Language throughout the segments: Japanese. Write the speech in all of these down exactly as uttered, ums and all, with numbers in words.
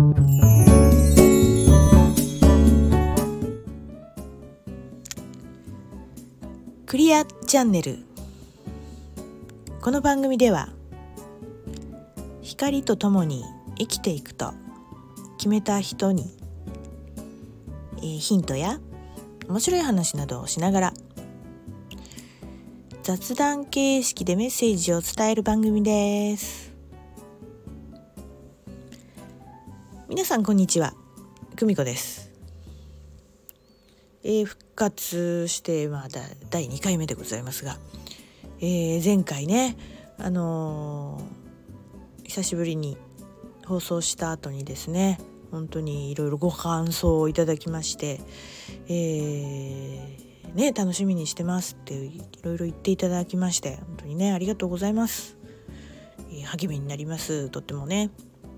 クリアチャンネル。この番組では光とともに生きていくと決めた人に、えー、ヒントや面白い話などをしながら雑談形式でメッセージを伝える番組です。皆さんこんにちは、久美子です。えー、復活して、まあ、だだいにかいめでございますが、えー、前回ね、あのー、久しぶりに放送した後にですね、本当にいろいろご感想をいただきまして、えーね、楽しみにしてますっていろいろ言っていただきまして、本当にねありがとうございます。えー、励みになります、とってもね。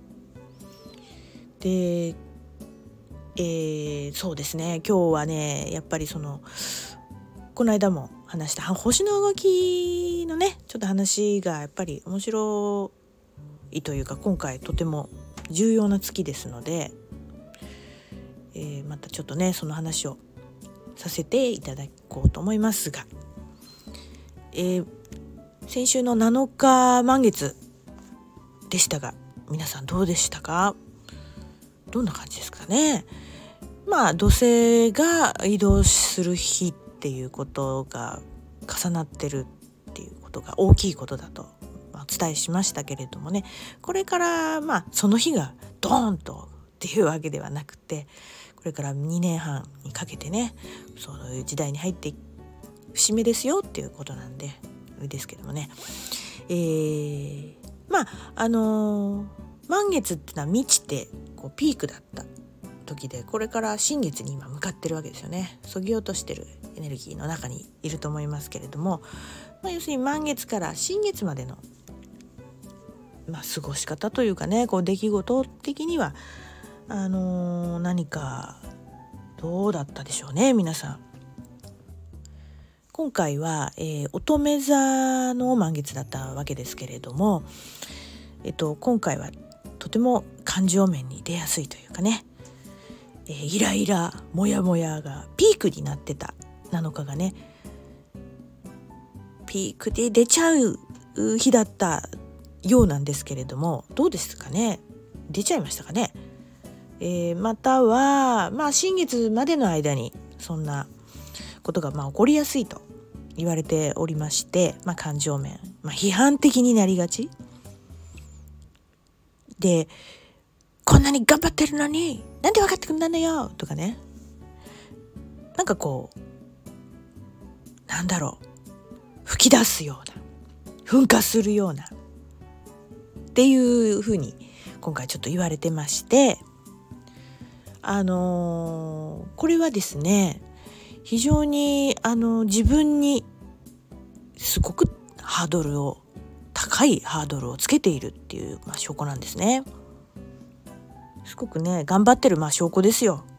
でえー、そうですね、今日はねやっぱりそのこの間も話した星の動きのねちょっと話がやっぱり面白いというか、今回とても重要な月ですので、えー、またちょっとねその話をさせていただこうと思いますが、えー、先週のなのか満月でしたが、皆さんどうでしたか？どんな感じですかね。まあ土星が移動する日っていうことが重なってるっていうことが大きいことだとお伝えしましたけれどもね、これからまあその日がドーンとっていうわけではなくて、これからにねんはんにかけてねそういう時代に入って節目ですよっていうことなんであれですけどもね、えー、まああのー、満月ってのは満ちてこうピークだった時で、これから新月に今向かってるわけですよね。そぎ落としてるエネルギーの中にいると思いますけれども、まあ、要するに満月から新月までの、まあ、過ごし方というかね、こう出来事的にはあのー、何かどうだったでしょうね、皆さん。今回は、えー、乙女座の満月だったわけですけれども、えっと、今回はとても感情面に出やすいというかね、えー、イライラモヤモヤがピークになってたなのかがね、ピークで出ちゃう日だったようなんですけれども、どうですかね、出ちゃいましたかね。えー、または、まあ、新月までの間にそんなことがまあ起こりやすいと言われておりまして、まあ、感情面、まあ、批判的になりがちで、こんなに頑張ってるのになんで分かってくんないのよとかね、なんかこうなんだろう、吹き出すような、噴火するようなっていうふうに今回ちょっと言われてまして、あのー、これはですね、非常にあの自分にすごくハードルを高いハードルをつけているっていう、まあ、証拠なんですね。すごくね頑張ってる、まあ、証拠ですよ。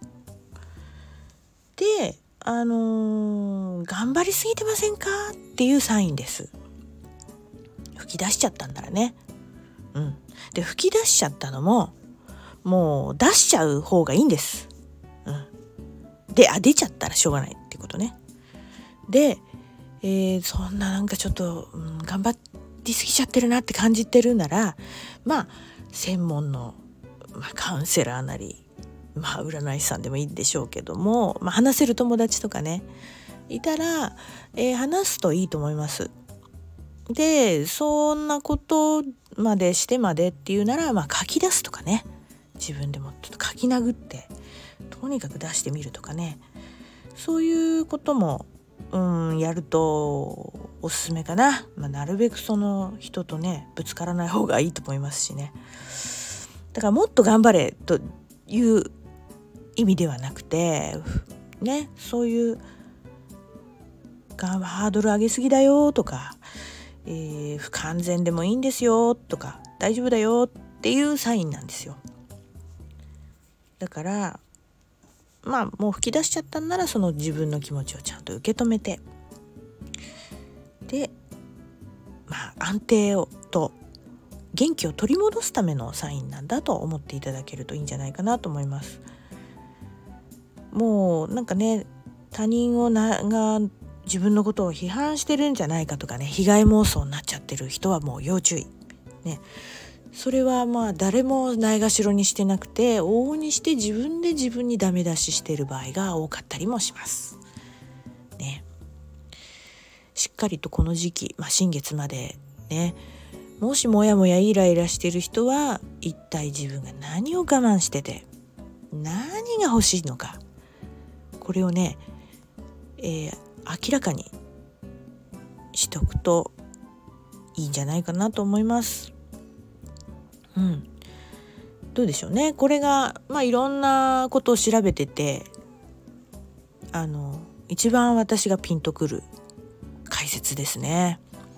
で、あのー、頑張りすぎてませんかっていうサインです。吹き出しちゃったんだらね。うん。で吹き出しちゃったのももう出しちゃう方がいいんです。うん。で、あ出ちゃったらしょうがないってことね。で、えー、そんななんかちょっと、うん、頑張りすぎちゃってるなって感じてるなら、まあ専門の、まあ、カウンセラーなり、まあ占い師さんでもいいんでしょうけども、まあ、話せる友達とかねいたら、えー、話すといいと思います。で、そんなことまでしてまでっていうなら、まあ書き出すとかね、自分でもちょっと書き殴ってとにかく出してみるとかね、そういうことも、うん、やるとおすすめかな。まあ、なるべくその人とねぶつからない方がいいと思いますしね。だからもっと頑張れという意味ではなくてね、そういうハードル上げすぎだよとか、えー、不完全でもいいんですよとか、大丈夫だよっていうサインなんですよ。だからまあもう吹き出しちゃったんなら、その自分の気持ちをちゃんと受け止めて、でまあ安定をと元気を取り戻すためのサインなんだと思っていただけるといいんじゃないかなと思います。もうなんかね、他人をなが自分のことを批判してるんじゃないかとかね、被害妄想になっちゃってる人はもう要注意ね。それはまあ誰もないがしろにしてなくて、往々にして自分で自分にダメ出ししている場合が多かったりもしますね。しっかりとこの時期、まあ、新月までね、もしもやもやイライラしている人は一体自分が何を我慢してて何が欲しいのか、これをね、えー、明らかにしておくといいんじゃないかなと思います。うん、どうでしょうね。これがまあいろんなことを調べてて、あの一番私がピンとくる解説ですね。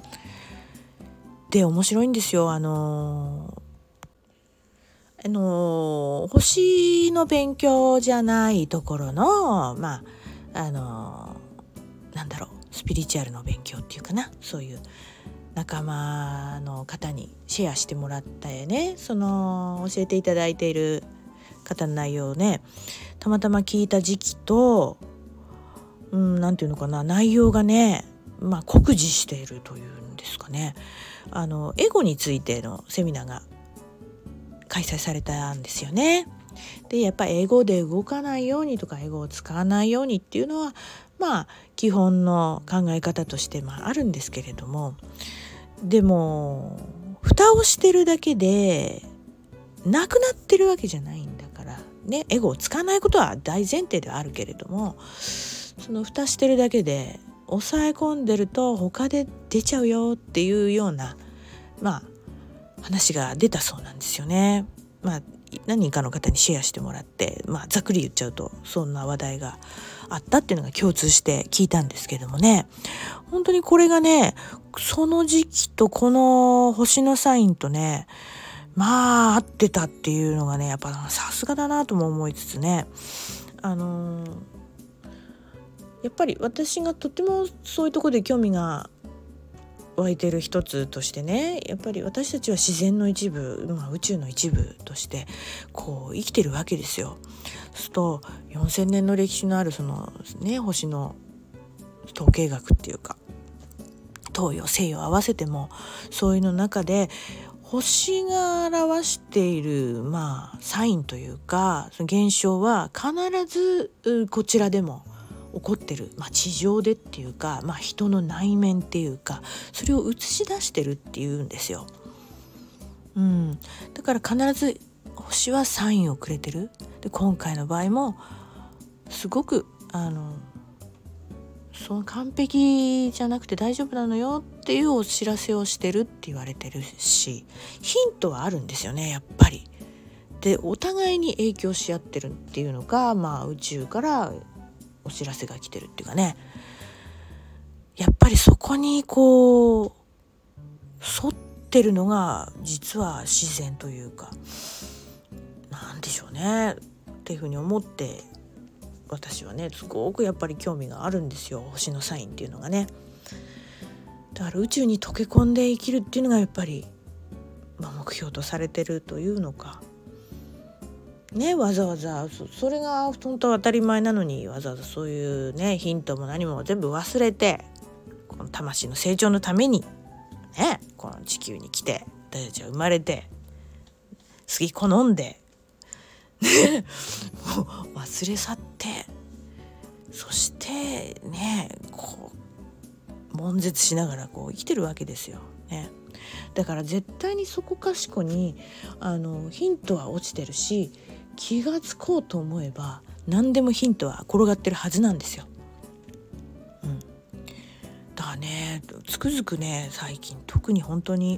で面白いんですよ。あのあの星の勉強じゃないところのまああのなんだろうスピリチュアルの勉強っていうかな、そういう仲間の方にシェアしてもらったね、その教えていただいている方の内容をね、たまたま聞いた時期と、うん、なんていうのかな、内容がね、まあ酷似しているというんですかね。あのエゴについてのセミナーが開催されたんですよね。でやっぱりエゴで動かないようにとかエゴを使わないようにっていうのはまあ基本の考え方としてまああるんですけれども、でも蓋をしてるだけでなくなってるわけじゃないんだからね。エゴを使わないことは大前提ではあるけれども、その蓋してるだけで抑え込んでると他で出ちゃうよっていうようなまあ話が出たそうなんですよね。まあ何人かの方にシェアしてもらって、まあざっくり言っちゃうとそんな話題があったっていうのが共通して聞いたんですけどもね、本当にこれがね、その時期とこの星のサインとね、まあ合ってたっていうのがね、やっぱさすがだなとも思いつつね、あのー、やっぱり私がとてもそういうところで興味が湧いてる一つとしてね、やっぱり私たちは自然の一部、まあ、宇宙の一部としてこう生きてるわけですよ。そうするとよんせんねんの歴史のあるそのね星の統計学っていうか東洋西洋合わせてもそういうの中で星が表しているまあサインというかその現象は必ずこちらでも起こってる、まあ、地上でっていうか、まあ、人の内面っていうかそれを映し出してるっていうんですよ。うん、だから必ず星はサインをくれてる。で今回の場合もすごくあのその完璧じゃなくて大丈夫なのよっていうお知らせをしてるって言われてるし、ヒントはあるんですよねやっぱり。でお互いに影響し合ってるっていうのが、まあ、宇宙からお知らせが来てるっていうかね、やっぱりそこにこう沿ってるのが実は自然というかなんでしょうねっていうふうに思って、私はねすごくやっぱり興味があるんですよ、星のサインっていうのがね。だから宇宙に溶け込んで生きるっていうのがやっぱり、まあ、目標とされてるというのかね、わざわざ そ, それが本当は当たり前なのにわざわざそういうねヒントも何も全部忘れてこの魂の成長のためにねこの地球に来て私たちは生まれて好き好んで、ね、もう忘れ去ってそしてねこう悶絶しながらこう生きてるわけですよね。だから絶対にそこかしこにあのヒントは落ちてるし気がつこうと思えば何でもヒントは転がってるはずなんですよ。うん、だからねつくづくね最近特に本当に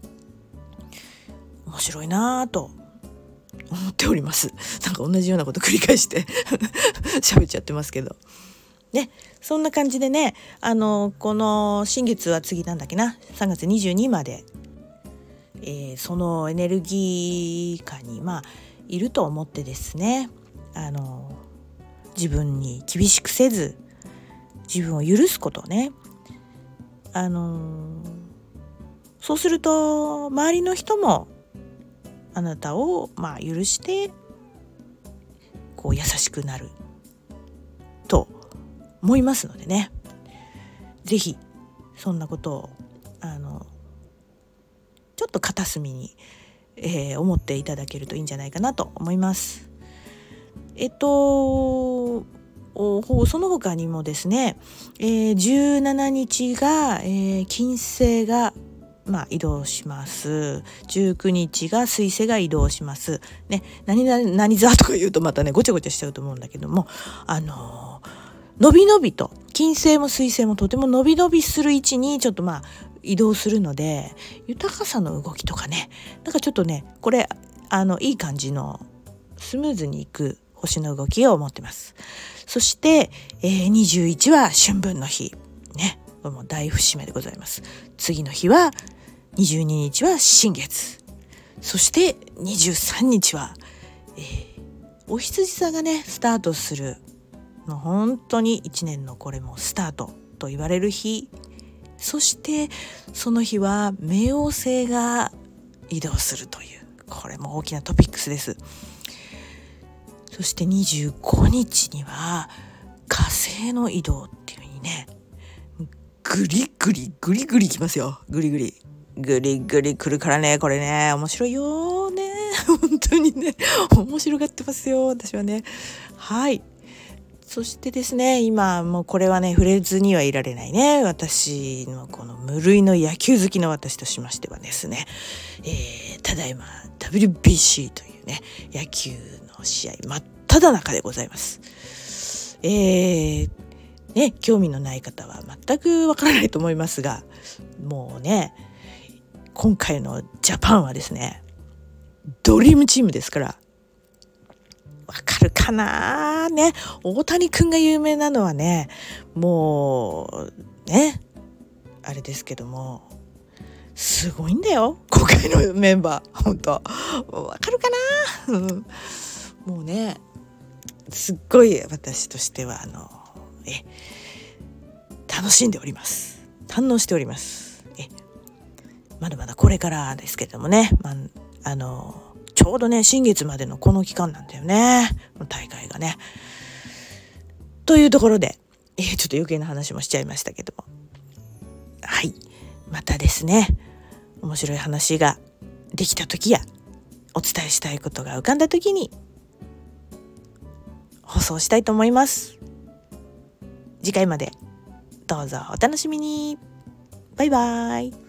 面白いなと思っております。なんか同じようなこと繰り返して喋っちゃってますけどね、そんな感じでね、あのこの新月は次なんだっけなさんがつにじゅうにまで、えー、そのエネルギー下にまあいると思ってですね、あの自分に厳しくせず自分を許すことね、あのそうすると周りの人もあなたをまあ許してこう優しくなると思いますのでね、ぜひそんなことをあのちょっと片隅に、えー、思っていただけるといいんじゃないかなと思います。えっとその他にもですね、えー、じゅうしちにちが、えー、金星が、まあ、移動します。じゅうくにちが水星が移動します。ね、何々何座とか言うとまたねごちゃごちゃしちゃうと思うんだけども、あのー、のびのびと金星も水星もとてものびのびする位置にちょっとまあ移動するので、豊かさの動きとかね、なんかちょっとねこれあのいい感じのスムーズにいく星の動きを持ってます。そして、えー、にじゅういちは春分の日ね、これも大節目でございます。次の日はにじゅうににちは新月、そしてにじゅうさんにちは、えー、お羊座がねスタートするの、本当にいちねんのこれもスタートと言われる日。そしてその日は冥王星が移動するという、これも大きなトピックスです。そしてにじゅうごにちには火星の移動っていう風にね、グリグリグリグリきますよ。グリグリグリグリ来るからね、これね面白いよね本当にね面白がってますよ私はね。はい、そしてですね、今もうこれはね触れずにはいられないね、私のこの無類の野球好きの私としましてはですね、えー、ただいま ダブリュービーシー というね野球の試合真っ只中でございます。えーね、興味のない方は全くわからないと思いますが、もうね今回のジャパンはですねドリームチームですから、わかるかなね。大谷くんが有名なのはねもうねあれですけども、すごいんだよ今回のメンバー。本当わかるかな、うん、もうねすっごい私としてはあのえ楽しんでおります。堪能しております。えまだまだこれからですけれどもね、まあ、あのちょうどね新月までのこの期間なんだよね、大会がね。というところで、えー、ちょっと余計な話もしちゃいましたけども、はい、またですね面白い話ができた時やお伝えしたいことが浮かんだ時に放送したいと思います。次回までどうぞお楽しみに。バイバイ。